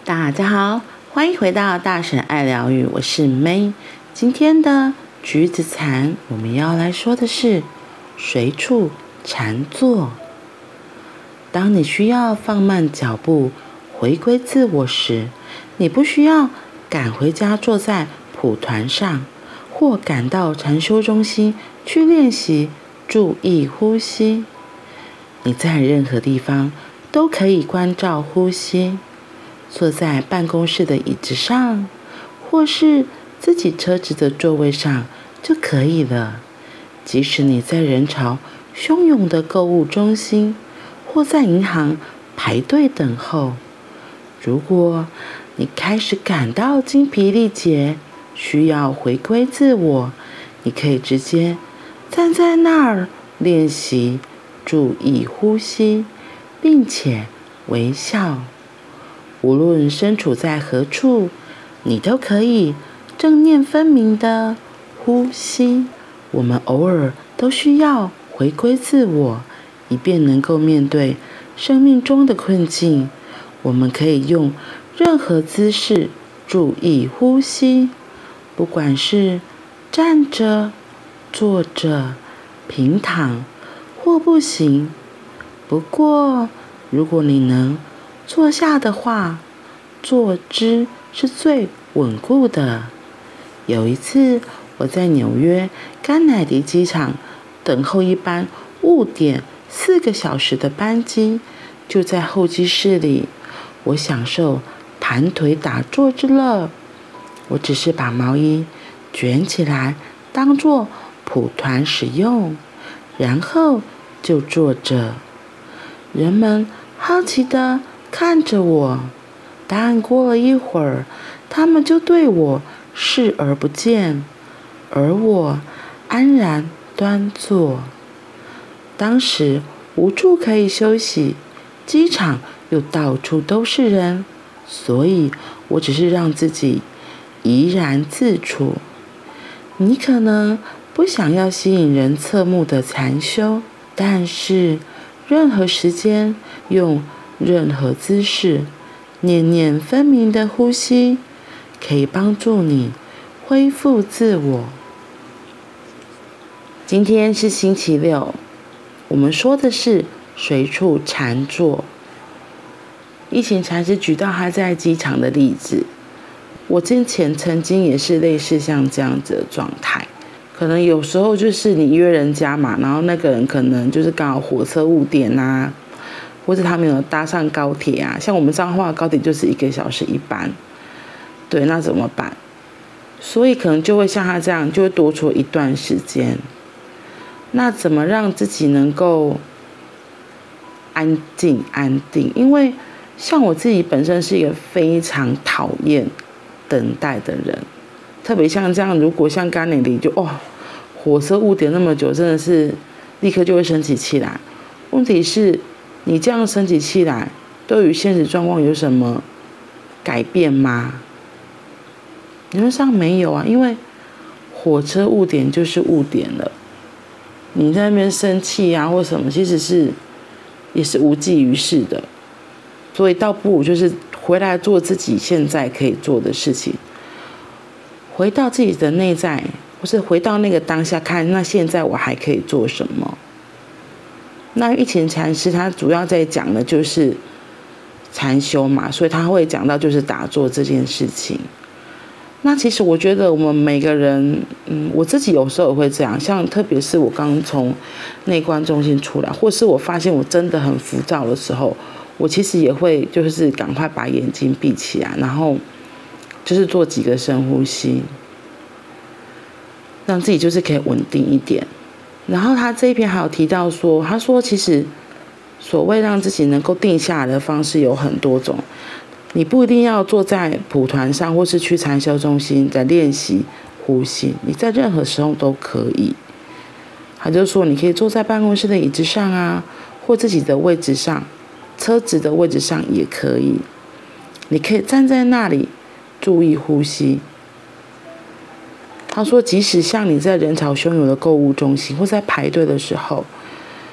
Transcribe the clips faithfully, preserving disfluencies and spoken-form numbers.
大家好，欢迎回到大神爱疗愈，我是 May。今天的橘子禅，我们要来说的是随处禅坐。当你需要放慢脚步，回归自我时，你不需要赶回家坐在蒲团上，或赶到禅修中心去练习注意呼吸。你在任何地方都可以关照呼吸。坐在办公室的椅子上，或是自己车子的座位上就可以了。即使你在人潮汹涌的购物中心，或在银行排队等候，如果你开始感到精疲力竭，需要回归自我，你可以直接站在那儿练习注意呼吸，并且微笑。无论身处在何处，你都可以正念分明的呼吸。我们偶尔都需要回归自我，以便能够面对生命中的困境。我们可以用任何姿势注意呼吸，不管是站着、坐着、平躺或步行。不过，如果你能坐下的话，坐姿是最稳固的。有一次，我在纽约甘乃迪机场等候一班误点四个小时的班机，就在候机室里，我享受盘腿打坐之乐。我只是把毛衣卷起来当作蒲团使用，然后就坐着。人们好奇地看着我，但过了一会儿，他们就对我视而不见，而我安然端坐。当时无处可以休息，机场又到处都是人，所以我只是让自己怡然自处。你可能不想要吸引人侧目的禅修，但是任何时间用任何姿势念念分明的呼吸，可以帮助你恢复自我。今天是星期六，我们说的是随处禅坐。一行禅师举到他在机场的例子，我之前曾经也是类似像这样子的状态。可能有时候就是你约人家嘛，然后那个人可能就是刚好火车误点啊，或者他没有搭上高铁啊，像我们彰化的高铁就是一个小时一班，对，那怎么办？所以可能就会像他这样，就会多出一段时间。那怎么让自己能够安静安定？因为像我自己本身是一个非常讨厌等待的人，特别像这样，如果像甘乃迪就哦，火车误点那么久，真的是立刻就会生起气来。问题是，你这样生起气来，对于现实状况有什么改变吗？理论上没有啊，因为火车误点就是误点了。你在那边生气啊或什么，其实是也是无济于事的。所以倒不如就是回来做自己现在可以做的事情，回到自己的内在，或是回到那个当下，看那现在我还可以做什么。那一行禅师他主要在讲的就是禅修嘛，所以他会讲到就是打坐这件事情。那其实我觉得我们每个人，嗯，我自己有时候也会这样，像特别是我刚从内观中心出来，或是我发现我真的很浮躁的时候，我其实也会就是赶快把眼睛闭起来，然后就是做几个深呼吸，让自己就是可以稳定一点。然后他这一篇还有提到说，他说其实所谓让自己能够定下来的方式有很多种，你不一定要坐在蒲团上，或是去禅修中心在练习呼吸，你在任何时候都可以。他就说你可以坐在办公室的椅子上啊，或自己的位置上，车子的位置上也可以。你可以站在那里注意呼吸。他说即使像你在人潮汹涌的购物中心或在排队的时候，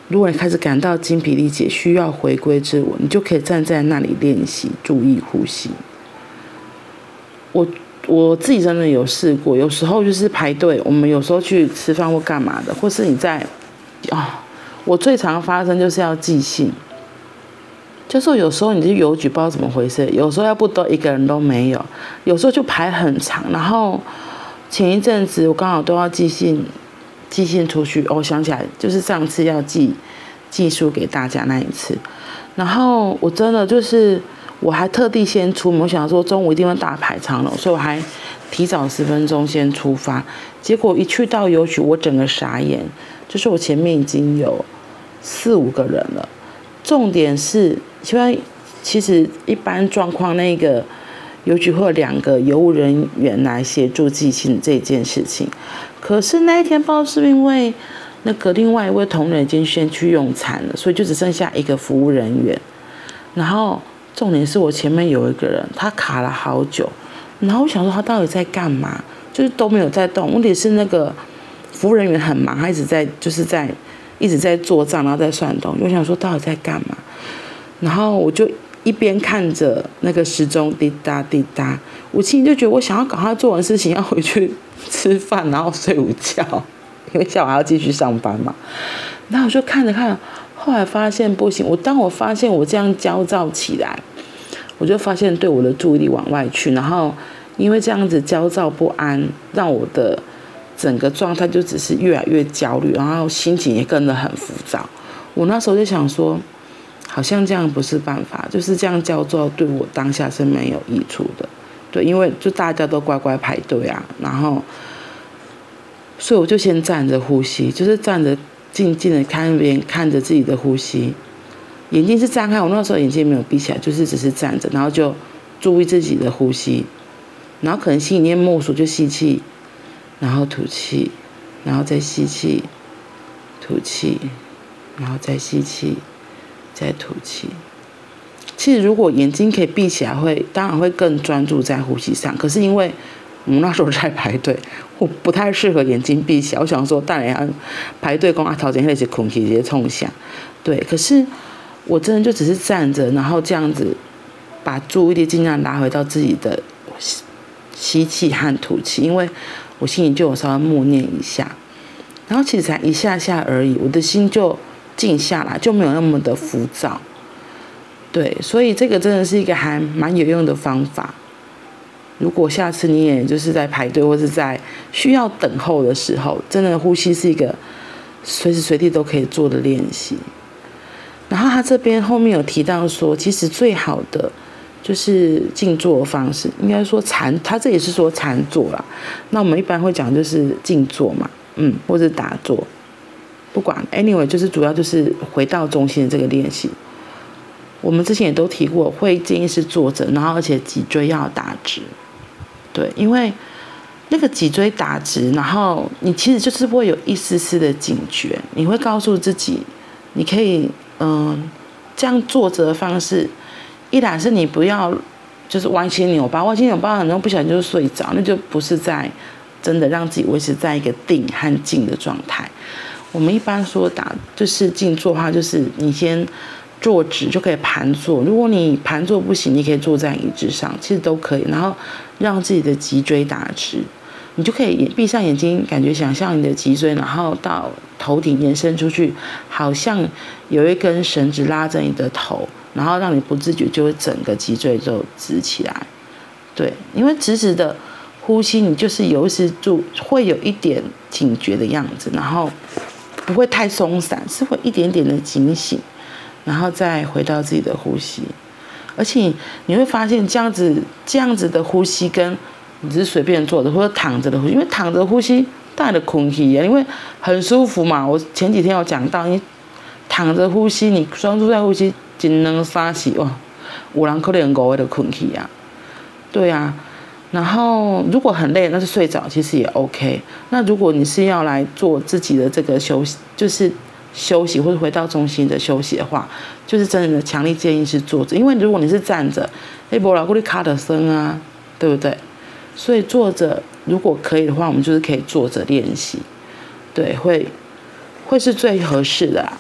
如果你开始感到精疲力竭，需要回归自我，你就可以站在那里练习，注意呼吸。我我自己真的有试过，有时候就是排队，我们有时候去吃饭或干嘛的，或是你在啊、哦，我最常发生就是要寄信，就是有时候你去邮局不知道怎么回事，有时候要不都一个人都没有，有时候就排很长，然后前一阵子我刚好都要寄信。寄信出去，哦，我想起来，就是上次要寄寄书给大家那一次，然后我真的就是，我还特地先出门，我想说中午一定会大排长龙，所以我还提早十分钟先出发。结果一去到邮局，我整个傻眼，就是我前面已经有四五个人了。重点是，因为其实一般状况，那个邮局会有两个邮务人员来协助寄信这件事情。可是那一天不知道是不是因为那个另外一位同仁已经先去用餐了，所以就只剩下一个服务人员。然后重点是我前面有一个人，他卡了好久，然后我想说他到底在干嘛，就是都没有在动。问题是那个服务人员很忙，他一直在就是在一直在做账，然后在算东西。我想说到底在干嘛，然后我就一边看着那个时钟滴答滴答，我心里就觉得我想要赶快做完事情，要回去吃饭，然后睡午觉，因为下午还要继续上班嘛。然后我就看着看，后来发现不行。我当我发现我这样焦躁起来，我就发现对我的注意力往外去，然后因为这样子焦躁不安，让我的整个状态就只是越来越焦虑，然后心情也跟得很浮躁。我那时候就想说，好像这样不是办法，就是这样焦躁对我当下是没有益处的。对，因为就大家都乖乖排队啊，然后，所以我就先站着呼吸，就是站着静静的看别人，看着自己的呼吸，眼睛是张开，我那时候眼睛没有闭起来，就是只是站着，然后就注意自己的呼吸，然后可能心里面默数就吸气，然后吐气，然后再吸气，吐气，然后再吸气，再吐气。其实如果眼睛可以闭起来会，当然会更专注在呼吸上。可是因为我们那时候在排队，我不太适合眼睛闭起来。我想说，当然排队讲啊，头前那些空气直接冲下，对。可是我真的就只是站着，然后这样子把注意力尽量拉回到自己的吸气和吐气，因为我心里就有稍微默念一下，然后其实才一下下而已，我的心就静下来，就没有那么的浮躁。对，所以这个真的是一个还蛮有用的方法。如果下次你也就是在排队或是在需要等候的时候，真的呼吸是一个随时随地都可以做的练习。然后他这边后面有提到说，其实最好的就是静坐的方式，应该说禅，他这也是说禅坐啦。那我们一般会讲就是静坐嘛，嗯，或者打坐，不管 anyway， 就是主要就是回到中心的这个练习。我们之前也都提过，会建议是坐着，然后而且脊椎要打直，对，因为那个脊椎打直，然后你其实就是会有一丝丝的警觉，你会告诉自己，你可以嗯这样坐着的方式，一来是你不要就是歪七扭八，歪七扭八很多不小心就睡着，那就不是在真的让自己维持在一个定和静的状态。我们一般说打就是静坐的话，就是你先坐直就可以盘坐，如果你盘坐不行，你可以坐在椅子上，其实都可以。然后让自己的脊椎打直，你就可以闭上眼睛，感觉想象你的脊椎，然后到头顶延伸出去，好像有一根绳子拉着你的头，然后让你不自觉就会整个脊椎都直起来。对，因为直直的呼吸，你就是有时就会有一点警觉的样子，然后不会太松散，是会一点点的警醒。然后再回到自己的呼吸，而且你会发现这样子这样子的呼吸跟你只是随便坐的或者躺着的呼吸，因为躺着呼吸带了空气啊，因为很舒服嘛。我前几天有讲到，你躺着呼吸，你专注在呼吸，真能杀死哇，有人可能五个的空气啊，对啊。然后如果很累，那是睡着，其实也 OK。那如果你是要来做自己的这个休息，就是休息或者回到中心的休息的话，就是真的强烈建议是坐着，因为如果你是站着，哎，不然会卡的声啊，对不对？所以坐着如果可以的话，我们就是可以坐着练习，对，会会是最合适的啊。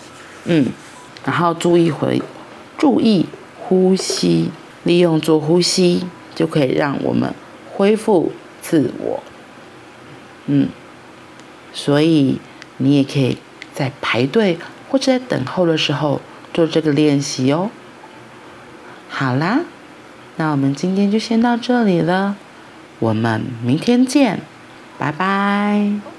嗯，然后注意回，注意呼吸，利用做呼吸就可以让我们恢复自我。嗯，所以你也可以在排队或者在等候的时候做这个练习哦。好啦，那我们今天就先到这里了，我们明天见，拜拜。